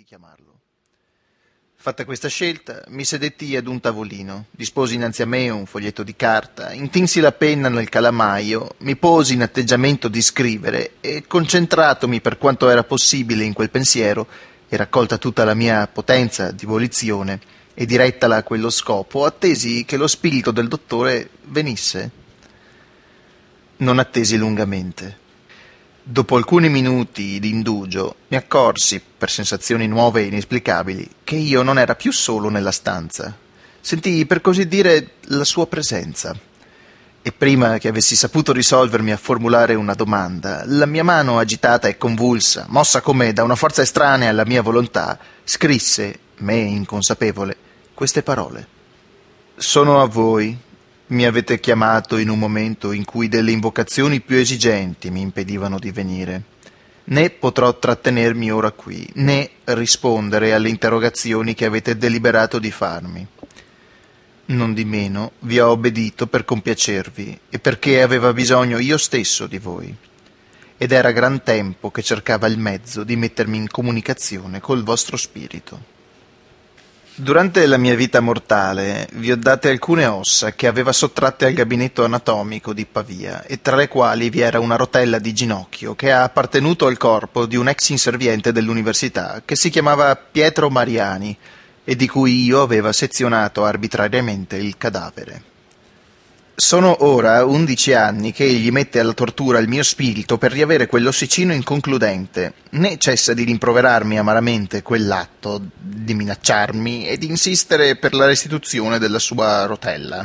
chiamarlo. Fatta questa scelta, mi sedetti ad un tavolino, disposi innanzi a me un foglietto di carta, intinsi la penna nel calamaio, mi posi in atteggiamento di scrivere e, concentratomi per quanto era possibile in quel pensiero e raccolta tutta la mia potenza di volizione e direttala a quello scopo, attesi che lo spirito del dottore venisse. Non attesi lungamente. Dopo alcuni minuti di indugio mi accorsi, per sensazioni nuove e inesplicabili, che io non era più solo nella stanza. Sentii, per così dire, la sua presenza. E prima che avessi saputo risolvermi a formulare una domanda, la mia mano agitata e convulsa, mossa come da una forza estranea alla mia volontà, scrisse, me inconsapevole, queste parole. «Sono a voi. Mi avete chiamato in un momento in cui delle invocazioni più esigenti mi impedivano di venire. Né potrò trattenermi ora qui, né rispondere alle interrogazioni che avete deliberato di farmi. Nondimeno vi ho obbedito per compiacervi e perché aveva bisogno io stesso di voi. Ed era gran tempo che cercava il mezzo di mettermi in comunicazione col vostro spirito. Durante la mia vita mortale vi ho date alcune ossa che aveva sottratte al gabinetto anatomico di Pavia e tra le quali vi era una rotella di ginocchio che ha appartenuto al corpo di un ex inserviente dell'università che si chiamava Pietro Mariani e di cui io aveva sezionato arbitrariamente il cadavere. Sono ora 11 anni che egli mette alla tortura il mio spirito per riavere quell'ossicino inconcludente, né cessa di rimproverarmi amaramente quell'atto, di minacciarmi e di insistere per la restituzione della sua rotella.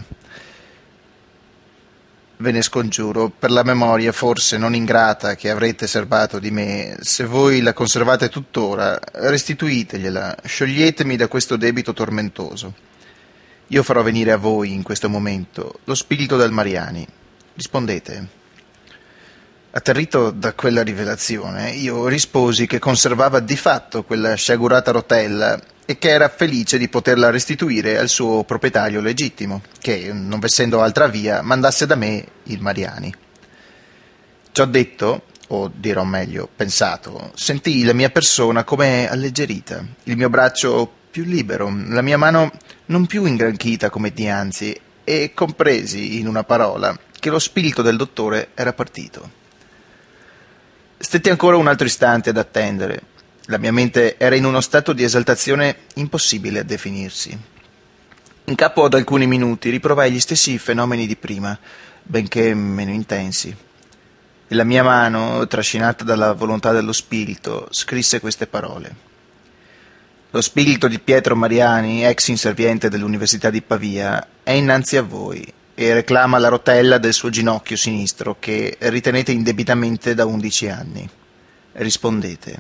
Ve ne scongiuro, per la memoria forse non ingrata che avrete serbato di me, se voi la conservate tuttora, restituitegliela, scioglietemi da questo debito tormentoso. Io farò venire a voi in questo momento lo spirito del Mariani. Rispondete». Atterrito da quella rivelazione, io risposi che conservava di fatto quella sciagurata rotella e che era felice di poterla restituire al suo proprietario legittimo, che, non vessendo altra via, mandasse da me il Mariani. Ciò detto, o dirò meglio, pensato, sentii la mia persona come alleggerita, il mio braccio più libero, la mia mano non più ingranchita come dianzi, e compresi, in una parola, che lo spirito del dottore era partito. Stetti ancora un altro istante ad attendere. La mia mente era in uno stato di esaltazione impossibile a definirsi. In capo ad alcuni minuti riprovai gli stessi fenomeni di prima, benché meno intensi. E la mia mano, trascinata dalla volontà dello spirito, scrisse queste parole. Lo spirito di Pietro Mariani, ex inserviente dell'Università di Pavia, è innanzi a voi e reclama la rotella del suo ginocchio sinistro che ritenete indebitamente da 11 anni. Rispondete.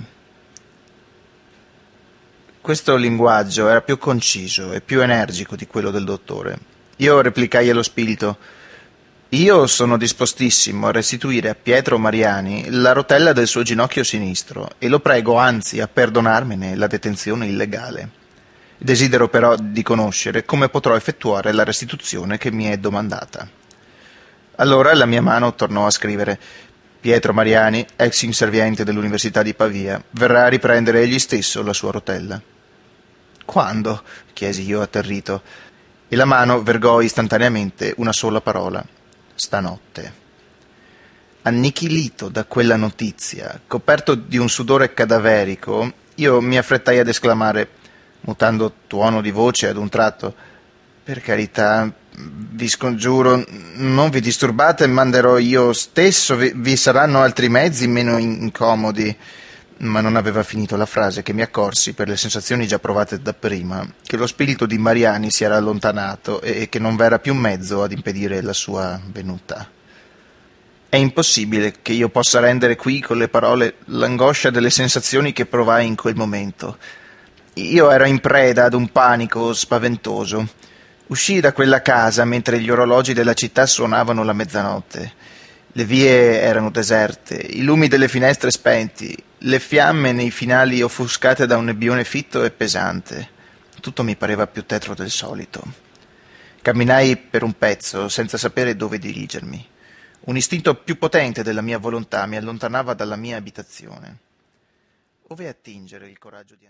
Questo linguaggio era più conciso e più energico di quello del dottore. Io replicai allo spirito: «Io sono dispostissimo a restituire a Pietro Mariani la rotella del suo ginocchio sinistro e lo prego anzi a perdonarmene la detenzione illegale. Desidero però di conoscere come potrò effettuare la restituzione che mi è domandata». Allora la mia mano tornò a scrivere: «Pietro Mariani, ex inserviente dell'Università di Pavia, verrà a riprendere egli stesso la sua rotella». «Quando?» chiesi io atterrito, e la mano vergò istantaneamente una sola parola: «Stanotte». Annichilito da quella notizia, coperto di un sudore cadaverico, io mi affrettai ad esclamare, mutando tuono di voce ad un tratto: «Per carità, vi scongiuro, non vi disturbate, manderò io stesso, vi saranno altri mezzi meno incomodi». Ma non aveva finito la frase che mi accorsi, per le sensazioni già provate dapprima, che lo spirito di Mariani si era allontanato e che non v'era più mezzo ad impedire la sua venuta. È impossibile che io possa rendere qui con le parole l'angoscia delle sensazioni che provai in quel momento. Io ero in preda ad un panico spaventoso. Uscii da quella casa mentre gli orologi della città suonavano la mezzanotte. Le vie erano deserte, i lumi delle finestre spenti, le fiamme nei finali offuscate da un nebbione fitto e pesante. Tutto mi pareva più tetro del solito. Camminai per un pezzo, senza sapere dove dirigermi. Un istinto più potente della mia volontà mi allontanava dalla mia abitazione. Ove attingere il coraggio di